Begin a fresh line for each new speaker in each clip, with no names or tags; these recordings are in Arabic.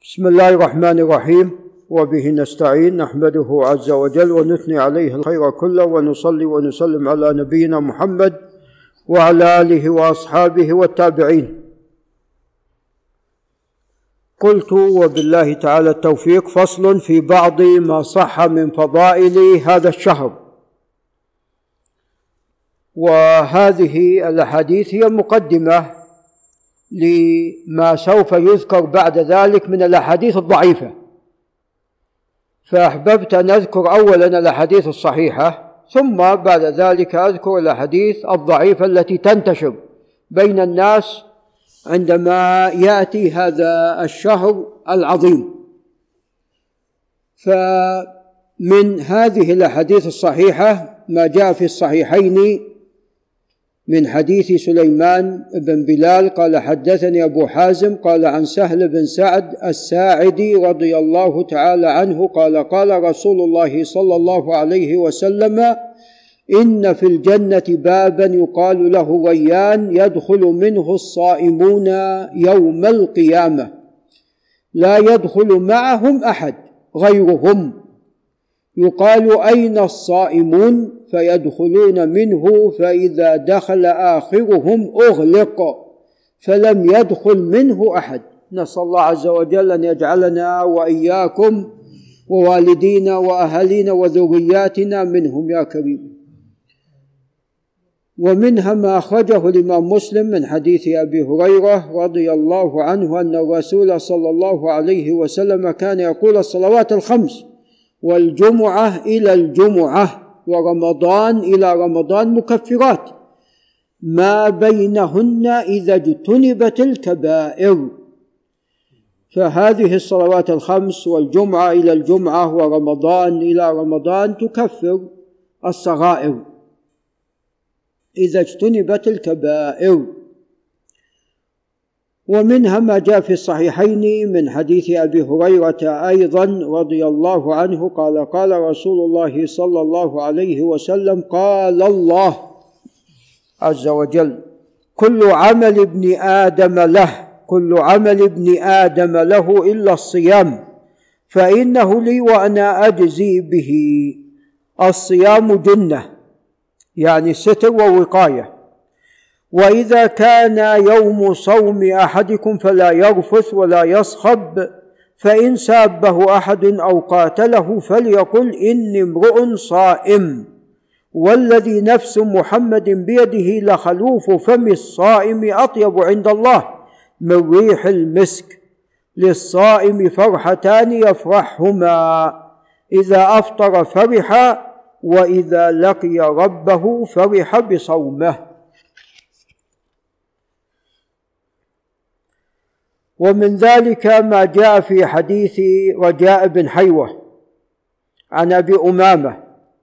بسم الله الرحمن الرحيم، وبه نستعين، نحمده عز وجل ونثني عليه الخير كله، ونصلي ونسلم على نبينا محمد وعلى آله وأصحابه والتابعين. قلت وبالله تعالى التوفيق. فصل في بعض ما صح من فضائل هذا الشهر. وهذه الأحاديث هي مقدمة لما سوف يذكر بعد ذلك من الأحاديث الضعيفة، فأحببت أن أذكر أولا الأحاديث الصحيحة، ثم بعد ذلك أذكر الأحاديث الضعيفة التي تنتشر بين الناس عندما يأتي هذا الشهر العظيم. فمن هذه الأحاديث الصحيحة ما جاء في الصحيحين من حديث سليمان بن بلال قال: حدثني أبو حازم قال عن سهل بن سعد الساعدي رضي الله تعالى عنه قال: قال رسول الله صلى الله عليه وسلم: إن في الجنة بابا يقال له ريان يدخل منه الصائمون يوم القيامة، لا يدخل معهم أحد غيرهم، يقال: أين الصائمون؟ فيدخلون منه، فإذا دخل آخرهم أغلق فلم يدخل منه أحد. نسأل الله عز وجل أن يجعلنا وإياكم ووالدينا وأهلنا وذرياتنا منهم يا كريم. ومنها ما أخرجه الإمام مسلم من حديث أبي هريرة رضي الله عنه أن الرسول صلى الله عليه وسلم كان يقول: الصلوات الخمس والجمعة إلى الجمعة ورمضان إلى رمضان مكفرات ما بينهن إذا اجتنبت الكبائر. فهذه الصلوات الخمس والجمعة إلى الجمعة ورمضان إلى رمضان تكفر الصغائر إذا اجتنبت الكبائر. ومنها ما جاء في الصحيحين من حديث أبي هريرة أيضا رضي الله عنه قال: قال رسول الله صلى الله عليه وسلم: قال الله عز وجل: كل عمل ابن آدم له إلا الصيام فإنه لي وأنا أجزي به. الصيام جنة، يعني ستر ووقاية. وإذا كان يوم صوم أحدكم فلا يرفث ولا يصخب، فإن سابه أحد أو قاتله فليقل: إني امرؤ صائم، والذي نفس محمد بيده لخلوف فم الصائم أطيب عند الله من ريح المسك. للصائم فرحتان يفرحهما: إذا أفطر فرح، وإذا لقي ربه فرح بصومه. ومن ذلك ما جاء في حديث رجاء بن حيوة عن أبي أمامة،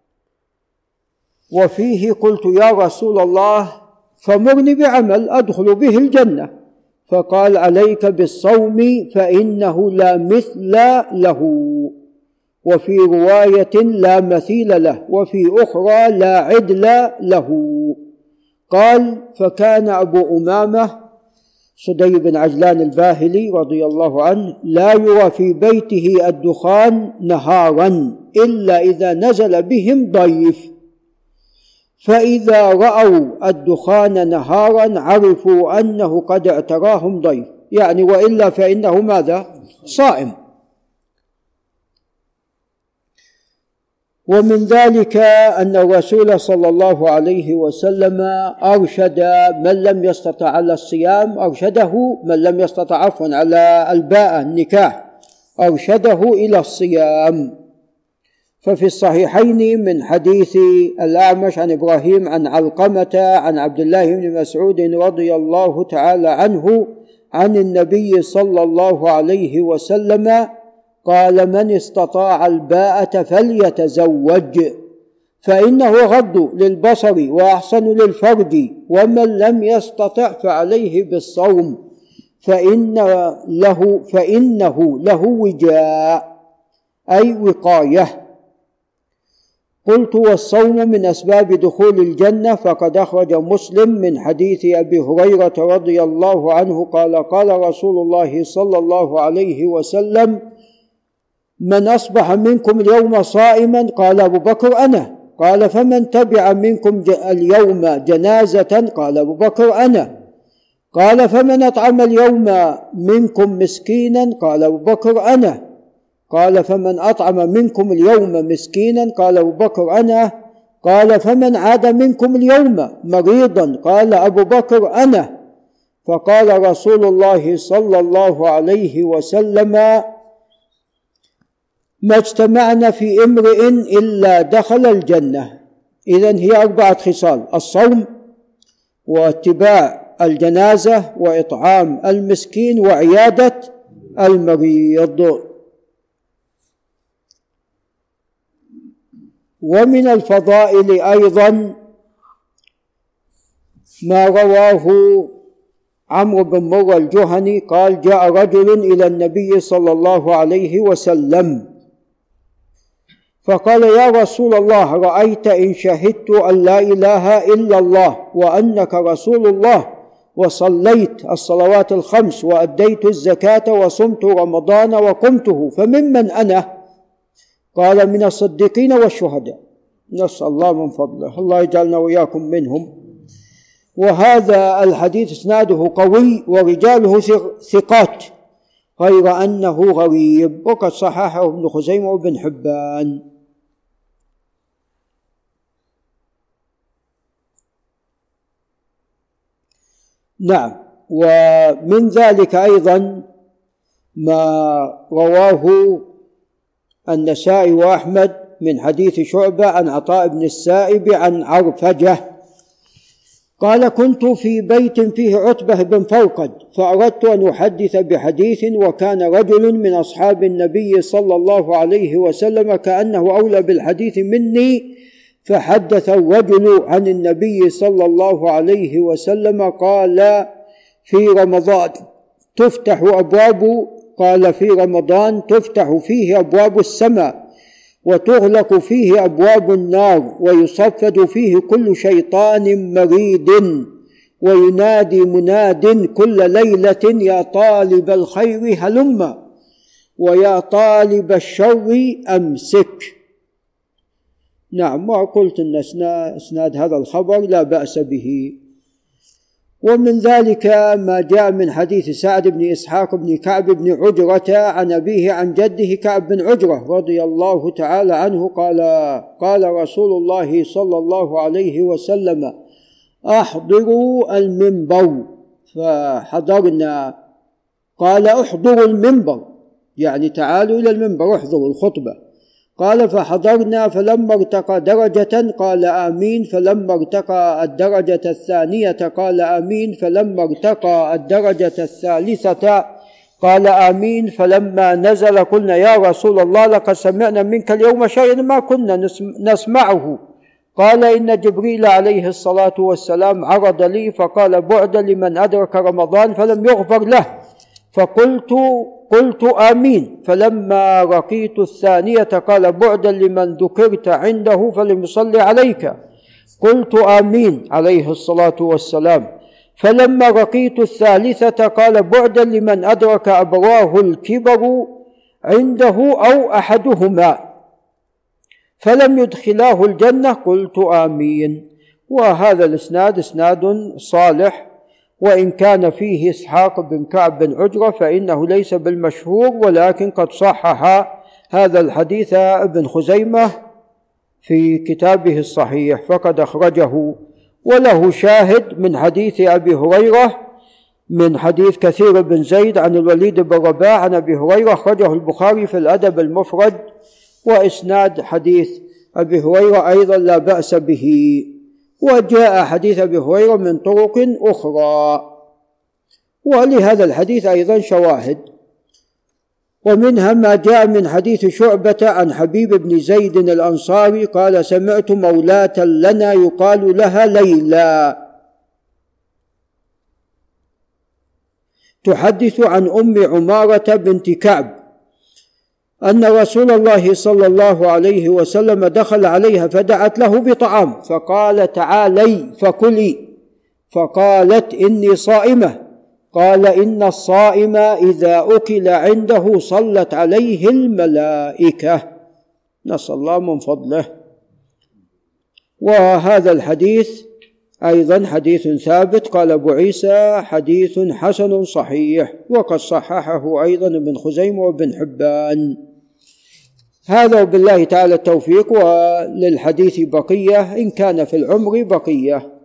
وفيه: قلت يا رسول الله فمرني بعمل أدخل به الجنة، فقال: عليك بالصوم فإنه لا مثل له، وفي رواية لا مثيل له، وفي أخرى لا عدل له. قال: فكان أبو أمامة صدي بن عجلان الباهلي رضي الله عنه لا يرى في بيته الدخان نهارا إلا إذا نزل بهم ضيف، فإذا رأوا الدخان نهارا عرفوا أنه قد اعتراهم ضيف، يعني وإلا فإنه ماذا؟ صائم. ومن ذلك أن الرسول صلى الله عليه وسلم أرشد من لم يستطع على الصيام، أرشده من لم يستطع عفوا على الباءة النكاح، أرشده إلى الصيام. ففي الصحيحين من حديث الأعمش عن إبراهيم عن علقمة عن عبد الله بن مسعود رضي الله تعالى عنه عن النبي صلى الله عليه وسلم قال: من استطاع الباءة فليتزوج، فإنه غض للبصر وأحسن للفرج، ومن لم يستطع فعليه بالصوم فإنه له وجاء، أي وقاية. قلت: والصوم من أسباب دخول الجنة، فقد أخرج مسلم من حديث أبي هريرة رضي الله عنه قال: قال رسول الله صلى الله عليه وسلم: من أصبح منكم اليوم صائما؟ قال أبو بكر: أنا. قال: فمن تبع منكم اليوم جنازة؟ قال أبو بكر: أنا. قال: فمن أطعم اليوم منكم مسكينا؟ قال أبو بكر: أنا. قال: فمن أطعم منكم اليوم مسكينا؟ قال أبو بكر: أنا. قال: فمن عاد منكم اليوم مريضا؟ قال أبو بكر: أنا. فقال رسول الله صلى الله عليه وسلم: ما اجتمعنا في امرئ إلا دخل الجنة. إذن هي 4 خصال: الصوم، واتباع الجنازة، وإطعام المسكين، وعيادة المريض. ومن الفضائل أيضا ما رواه عمرو بن مرة الجهني قال: جاء رجل إلى النبي صلى الله عليه وسلم فقال: يا رسول الله، رأيت إن شهدت أن لا إله إلا الله وأنك رسول الله، وصليت الصلوات ال5، وأديت الزكاة، وصمت رمضان وقمته، فممن أنا؟ قال: من الصديقين والشهداء. نسأل الله من فضله الله يجعلنا وإياكم منهم. وهذا الحديث إسناده قوي ورجاله ثقات، غير أنه غريب، وقد صححه ابن خزيمة وابن حبان. نعم. ومن ذلك أيضا ما رواه النسائي وأحمد من حديث شعبة عن عطاء بن السائب عن عرفجة قال: كنت في بيت فيه عتبة بن فرقد، فأردت أن أحدث بحديث، وكان رجل من أصحاب النبي صلى الله عليه وسلم كأنه أولى بالحديث مني، فحدث الرجل عن النبي صلى الله عليه وسلم قال: في رمضان تفتح فيه أبواب السماء، وتغلق فيه أبواب النار، ويصفد فيه كل شيطان مريد، وينادي مناد كل ليلة: يا طالب الخير هلم، ويا طالب الشر أمسك. نعم. وقلت أن إسناد هذا الخبر لا بأس به. ومن ذلك ما جاء من حديث سعد بن إسحاق بن كعب بن عجرة عن أبيه عن جده كعب بن عجرة رضي الله تعالى عنه قال: قال رسول الله صلى الله عليه وسلم: أحضروا المنبر. فحضرنا. قال: احضروا المنبر، يعني تعالوا إلى المنبر، احضروا الخطبة. قال: فحضرنا، فلما ارتقى درجة قال: آمين، فلما ارتقى الدرجة الثانية قال: آمين، فلما ارتقى الدرجة الثالثة قال: آمين، فلما نزل قلنا: يا رسول الله، لقد سمعنا منك اليوم شيئا ما كنا نسمعه. قال: إن جبريل عليه الصلاة والسلام عرض لي فقال: بعدا لمن أدرك رمضان فلم يغفر له. فقلت آمين، فلما رقيت الثانية قال: بعدا لمن ذكرت عنده فلم يصلي عليك. قلت آمين عليه الصلاة والسلام. فلما رقيت الثالثة قال: بعدا لمن أدرك أبواه الكبر عنده أو أحدهما فلم يدخلاه الجنة. قلت آمين. وهذا الإسناد إسناد صالح، وإن كان فيه إسحاق بن كعب بن عجرة فإنه ليس بالمشهور، ولكن قد صحح هذا الحديث ابن خزيمة في كتابه الصحيح فقد أخرجه. وله شاهد من حديث أبي هريرة من حديث كثير بن زيد عن الوليد بن رباح عن أبي هريرة، أخرجه البخاري في الأدب المفرد، وإسناد حديث أبي هريرة أيضا لا بأس به. وجاء حديث أبي هريرة من طرق أخرى، ولهذا الحديث أيضا شواهد، ومنها ما جاء من حديث شعبة عن حبيب بن زيد الأنصاري قال: سمعت مولاة لنا يقال لها ليلى تحدث عن أم عمارة بنت كعب أن رسول الله صلى الله عليه وسلم دخل عليها فدعت له بطعام فقال تعالي فكلي، فقالت إني صائمة. قال إن الصائم إذا أكل عنده صلت عليه الملائكة، نسأل الله من فضله. وهذا الحديث أيضا حديث ثابت، قال أبو عيسى حديث حسن صحيح، وقد صححه أيضا ابن خزيمة وابن حبان. هذا وبالله تعالى التوفيق، وللحديث بقية إن كان في العمر بقية.